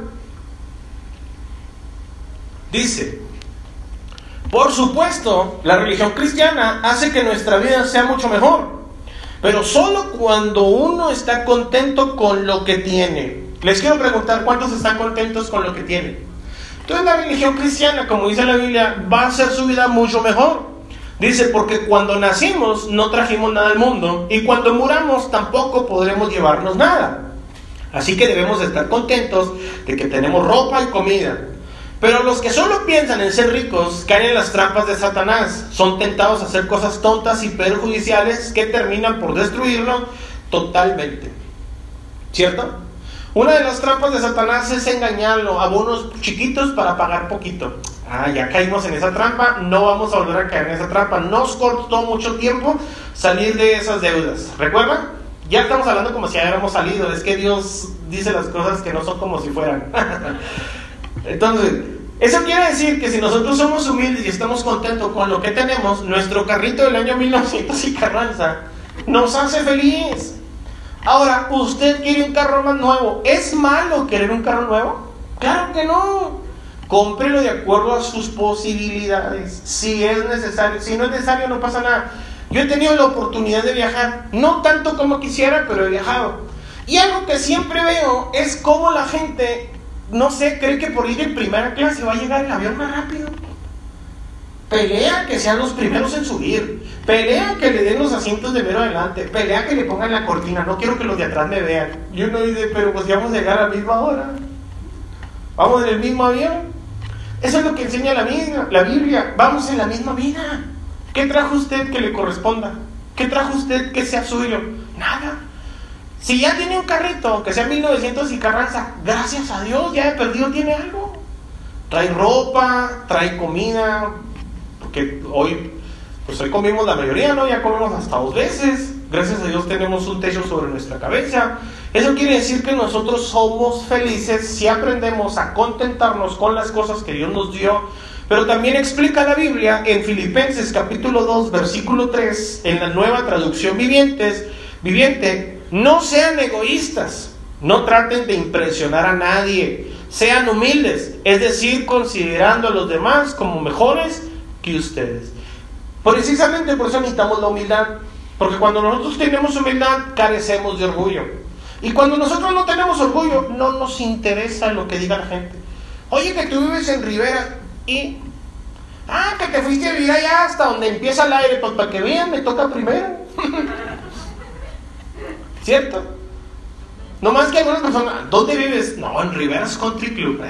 A: Dice: por supuesto, la religión cristiana hace que nuestra vida sea mucho mejor, pero solo cuando uno está contento con lo que tiene. Les quiero preguntar, ¿cuántos están contentos con lo que tienen? Entonces la religión cristiana, como dice la Biblia, va a hacer su vida mucho mejor. Dice, porque cuando nacimos no trajimos nada al mundo, y cuando muramos tampoco podremos llevarnos nada. Así que debemos estar contentos de que tenemos ropa y comida. Pero los que solo piensan en ser ricos caen en las trampas de Satanás. Son tentados a hacer cosas tontas y perjudiciales que terminan por destruirlo totalmente. ¿Cierto? Una de las trampas de Satanás es engañarlo a unos chiquitos para pagar poquito. Ah, ya caímos en esa trampa, no vamos a volver a caer en esa trampa. Nos costó mucho tiempo salir de esas deudas. ¿Recuerdan? Ya estamos hablando como si ya hubiéramos salido. Es que Dios dice las cosas que no son como si fueran. Entonces, eso quiere decir que si nosotros somos humildes y estamos contentos con lo que tenemos, nuestro carrito del año mil novecientos y Carranza nos hace feliz. Ahora, ¿usted quiere un carro más nuevo? ¿Es malo querer un carro nuevo? Claro que no. Cómprelo de acuerdo a sus posibilidades. Si es necesario, si no es necesario, no pasa nada. Yo he tenido la oportunidad de viajar, no tanto como quisiera, pero he viajado. Y algo que siempre veo es cómo la gente, no sé, cree que por ir en primera clase va a llegar el avión más rápido. Pelea que sean los primeros en subir. Pelea que le den los asientos de mero adelante. Pelea que le pongan la cortina. No quiero que los de atrás me vean. Y uno dice, pero pues ya vamos a llegar a la misma hora. Vamos en el mismo avión. Eso es lo que enseña la Biblia, la Biblia. Vamos en la misma vida. ¿Qué trajo usted que le corresponda? ¿Qué trajo usted que sea suyo? Nada. Si ya tiene un carrito, que sea mil novecientos y Carranza, gracias a Dios, ya de perdido tiene algo. trae ropa, trae comida, porque hoy, pues hoy comimos la mayoría, ¿no? Ya comimos hasta dos veces. Gracias a Dios tenemos un techo sobre nuestra cabeza. Eso quiere decir que nosotros somos felices si aprendemos a contentarnos con las cosas que Dios nos dio. Pero también explica la Biblia en Filipenses capítulo dos, versículo tres, en la Nueva Traducción Vivientes, viviente, no sean egoístas, no traten de impresionar a nadie, sean humildes, es decir, considerando a los demás como mejores que ustedes. Precisamente por eso necesitamos la humildad, porque cuando nosotros tenemos humildad, carecemos de orgullo. Y cuando nosotros no tenemos orgullo, no nos interesa lo que diga la gente. Oye, que tú vives en Rivera y... Ah, que te fuiste a vivir allá hasta donde empieza el aire, pues para que vean, me toca primero. ¿Cierto? No más que algunas personas, ¿dónde vives? No, en Rivera's Country Club.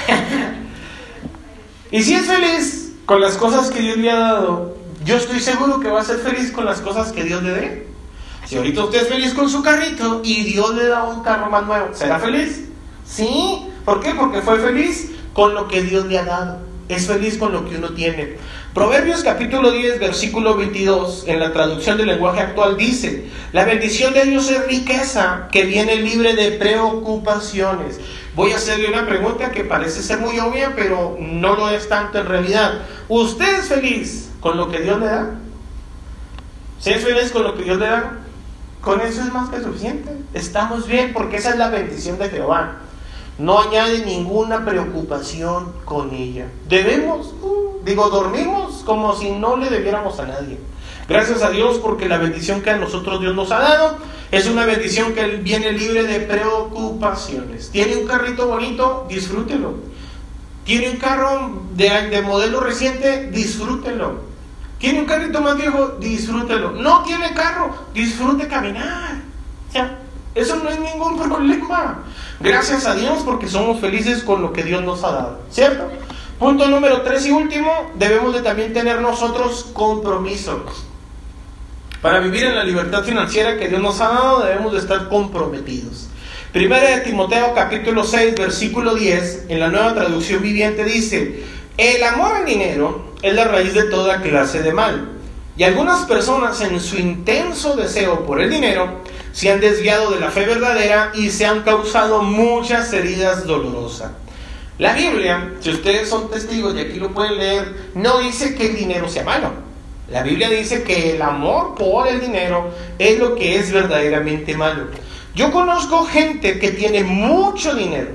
A: Y si es feliz con las cosas que Dios le ha dado, yo estoy seguro que va a ser feliz con las cosas que Dios le dé. Si ahorita usted es feliz con su carrito y Dios le da un carro más nuevo, ¿será feliz? Sí. ¿Por qué? Porque fue feliz con lo que Dios le ha dado. Es feliz con lo que uno tiene. Proverbios capítulo diez, versículo veintidós, en la traducción del lenguaje actual dice: la bendición de Dios es riqueza que viene libre de preocupaciones. Voy a hacerle una pregunta que parece ser muy obvia, pero no lo es tanto en realidad. ¿Usted es feliz con lo que Dios le da? ¿Sí es feliz con lo que Dios le da? Con eso es más que suficiente. Estamos bien, porque esa es la bendición de Jehová. No añade ninguna preocupación con ella. Debemos, uh, digo, dormimos como si no le debiéramos a nadie. Gracias a Dios, porque la bendición que a nosotros Dios nos ha dado es una bendición que viene libre de preocupaciones. Tiene un carrito bonito, disfrútelo. Tiene un carro de, de modelo reciente, disfrútelo. Tiene un carrito más viejo, disfrútelo. No tiene carro, disfrute caminar. O sea, eso no es ningún problema. Gracias a Dios, porque somos felices con lo que Dios nos ha dado, ¿cierto? Punto número tres y último, debemos de también tener nosotros compromisos. Para vivir en la libertad financiera que Dios nos ha dado, debemos de estar comprometidos. Primera de Timoteo capítulo seis, versículo diez, en la Nueva Traducción Viviente dice: el amor al dinero es la raíz de toda clase de mal. Y algunas personas, en su intenso deseo por el dinero, se han desviado de la fe verdadera y se han causado muchas heridas dolorosas. La Biblia, si ustedes son testigos y aquí lo pueden leer, no dice que el dinero sea malo. La Biblia dice que el amor por el dinero es lo que es verdaderamente malo. Yo conozco gente que tiene mucho dinero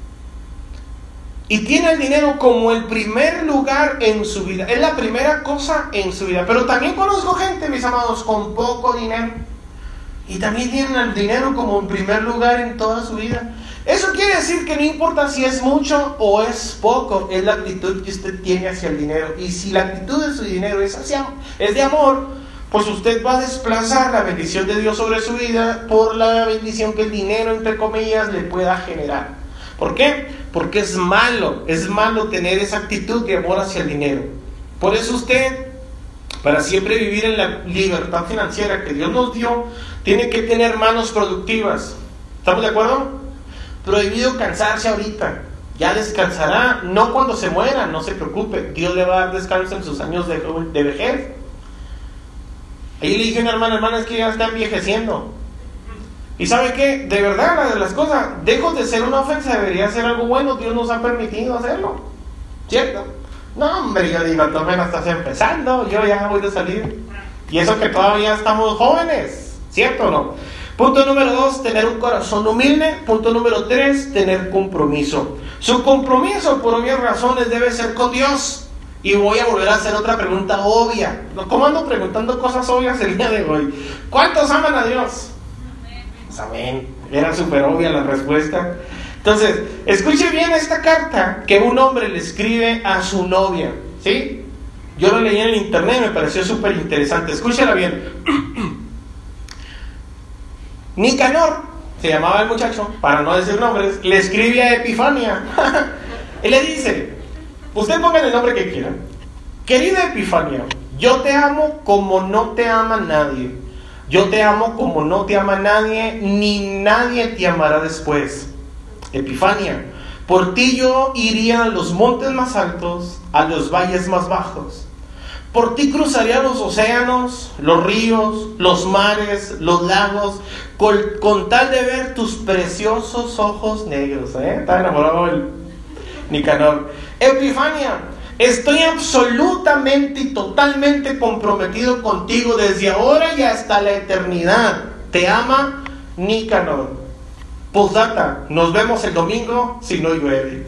A: y tiene el dinero como el primer lugar en su vida. Es la primera cosa en su vida. Pero también conozco gente, mis amados, con poco dinero y también tienen el dinero como en primer lugar en toda su vida. Eso quiere decir que no importa si es mucho o es poco, es la actitud que usted tiene hacia el dinero. Y si la actitud de su dinero es, hacia, es de amor, pues usted va a desplazar la bendición de Dios sobre su vida por la bendición que el dinero, entre comillas, le pueda generar. ¿Por qué? Porque es malo, es malo tener esa actitud de amor hacia el dinero. Por eso usted, para siempre vivir en la libertad financiera que Dios nos dio, tiene que tener manos productivas. ¿Estamos de acuerdo? Prohibido cansarse ahorita. Ya descansará, no cuando se muera, no se preocupe. Dios le va a dar descanso en sus años de, de vejez. Ahí le dije a una hermana, hermana, es que ya está envejeciendo. ¿Y sabe qué? De verdad, la de las cosas, lejos de ser una ofensa, debería ser algo bueno. Dios nos ha permitido hacerlo, ¿cierto? No, hombre, yo digo, tú apenas estás empezando, yo ya voy de salir. Y eso que todavía estamos jóvenes, ¿cierto o no? Punto número dos, tener un corazón humilde. Punto número tres, tener compromiso. Su compromiso, por obvias razones, debe ser con Dios. Y voy a volver a hacer otra pregunta obvia. ¿Cómo ando preguntando cosas obvias el día de hoy? ¿Cuántos aman a Dios? Amén. Era súper obvia la respuesta. Entonces, escuche bien esta carta que un hombre le escribe a su novia, ¿sí? Yo lo leí en el internet y me pareció súper interesante. Escúchela bien. Nicanor, se llamaba el muchacho, para no decir nombres, le escribe a Epifania. Y le dice, usted ponga el nombre que quiera. Querida Epifania, yo te amo como no te ama nadie. Yo te amo como no te ama nadie, ni nadie te amará después. Epifania, Por ti yo iría a los montes más altos, a los valles más bajos. Por ti cruzaría los océanos, los ríos, los mares, los lagos, con, con tal de ver tus preciosos ojos negros. ¿eh? Está enamorado el Nicanor. Epifania, estoy absolutamente y totalmente comprometido contigo desde ahora y hasta la eternidad. Te ama Nicanor. Postdata, nos vemos el domingo si no llueve.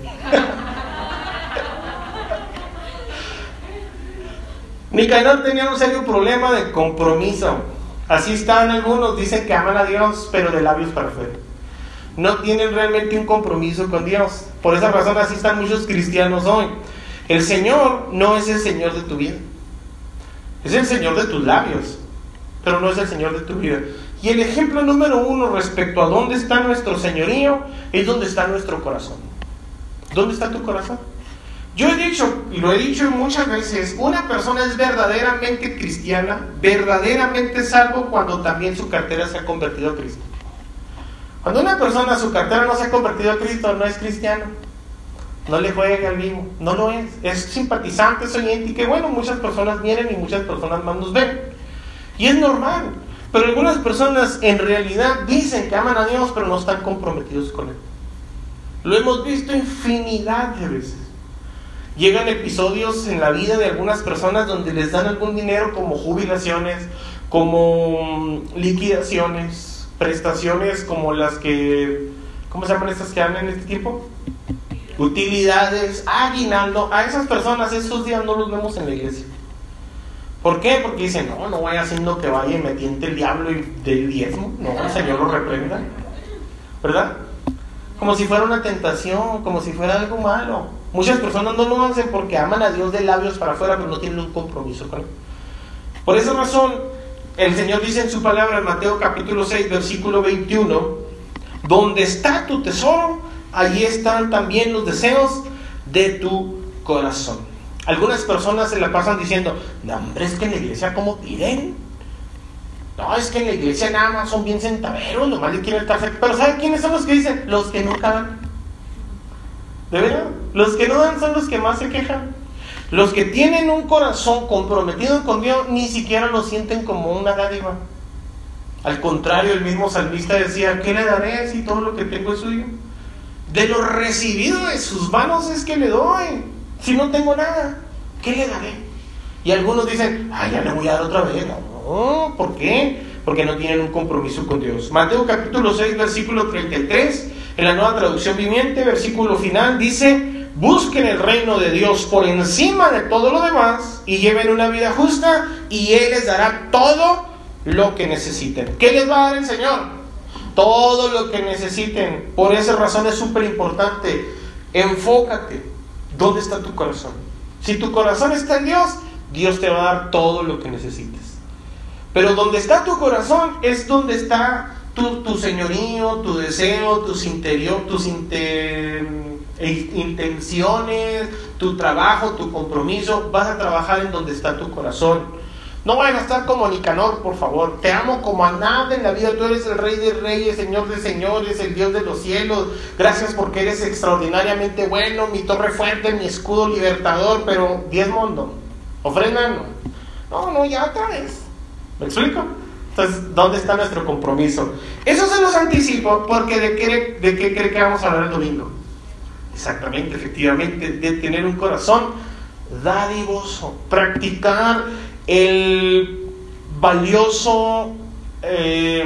A: Nicanor tenía un serio problema de compromiso. Así están algunos, dicen que aman a Dios, pero de labios para afuera. No tienen realmente un compromiso con Dios. Por esa razón así están muchos cristianos hoy. El Señor no es el Señor de tu vida. Es el Señor de tus labios, pero no es el Señor de tu vida. Y el ejemplo número uno respecto a dónde está nuestro señorío es dónde está nuestro corazón. ¿Dónde está tu corazón? Yo he dicho, y lo he dicho muchas veces, una persona es verdaderamente cristiana, verdaderamente salvo cuando también su cartera se ha convertido a Cristo. Cuando una persona su cartera no se ha convertido a Cristo, no es cristiano. No le juegue al vivo, no lo es. Es simpatizante, es oyente, y que bueno, muchas personas vienen y muchas personas más nos ven. Y es normal. Pero algunas personas en realidad dicen que aman a Dios, pero no están comprometidos con Él. Lo hemos visto infinidad de veces. Llegan episodios en la vida de algunas personas donde les dan algún dinero como jubilaciones, como liquidaciones, prestaciones como las que, ¿cómo se llaman estas que dan en este tiempo? Utilidades, aguinaldo. A esas personas esos días no los vemos en la iglesia. ¿Por qué? Porque dicen, no, no vaya haciendo que vaya y me tiente el diablo y del diezmo. No, el Señor lo reprenda. ¿Verdad? Como si fuera una tentación, como si fuera algo malo. Muchas personas no lo hacen porque aman a Dios de labios para afuera, pero no tienen un compromiso con Él. Por esa razón, el Señor dice en su palabra en Mateo capítulo seis, versículo veintiuno, donde está tu tesoro, allí están también los deseos de tu corazón. Algunas personas se la pasan diciendo, no hombre, es que en la iglesia como piden. No, es que en la iglesia nada más son bien centaveros, nomás le quieren estar cerca. Pero ¿sabe quiénes son los que dicen? Los que nunca dan. ¿De verdad? Los que no dan son los que más se quejan. Los que tienen un corazón comprometido con Dios ni siquiera lo sienten como una dádiva. Al contrario, el mismo salmista decía, ¿qué le daré si todo lo que tengo es suyo? De lo recibido de sus manos es que le doy. Si no tengo nada, ¿qué le daré? Y algunos dicen, ay, ya le voy a dar otra vez. No, ¿por qué? Porque no tienen un compromiso con Dios. Mateo capítulo seis, versículo treinta y tres, en la Nueva Traducción Viviente, versículo final, dice, busquen el reino de Dios por encima de todo lo demás y lleven una vida justa y Él les dará todo lo que necesiten. ¿Qué les va a dar el Señor? Todo lo que necesiten. Por esa razón es súper importante. Enfócate. ¿Dónde está tu corazón? Si tu corazón está en Dios, Dios te va a dar todo lo que necesites. Pero donde está tu corazón es donde está tu, tu señorío, tu deseo, tus interior, tus inter, intenciones, tu trabajo, tu compromiso. Vas a trabajar en donde está tu corazón. No vayan a estar como Nicanor, por favor. Te amo como a nada en la vida. Tú eres el Rey de Reyes, Señor de Señores, el Dios de los cielos. Gracias porque eres extraordinariamente bueno, mi torre fuerte, mi escudo libertador. Pero diezmo no, ofrenda no. No, no, ya otra vez. ¿Me explico? Entonces, ¿dónde está nuestro compromiso? Eso se los anticipo porque ¿de qué, de qué cree que vamos a hablar el domingo? Exactamente, efectivamente, de tener un corazón dadivoso. Practicar el valioso eh,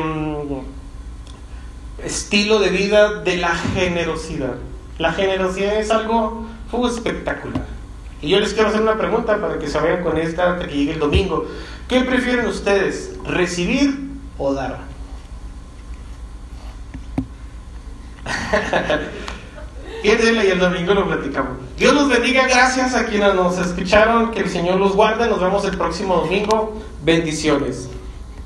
A: estilo de vida de la generosidad. La generosidad es algo uh, espectacular. Y yo les quiero hacer una pregunta para que se vayan con esta hasta que llegue el domingo. ¿Qué prefieren ustedes? ¿Recibir o dar? Piénsenle y el domingo lo platicamos. Dios los bendiga, gracias a quienes nos escucharon, que el Señor los guarde, nos vemos el próximo domingo, bendiciones.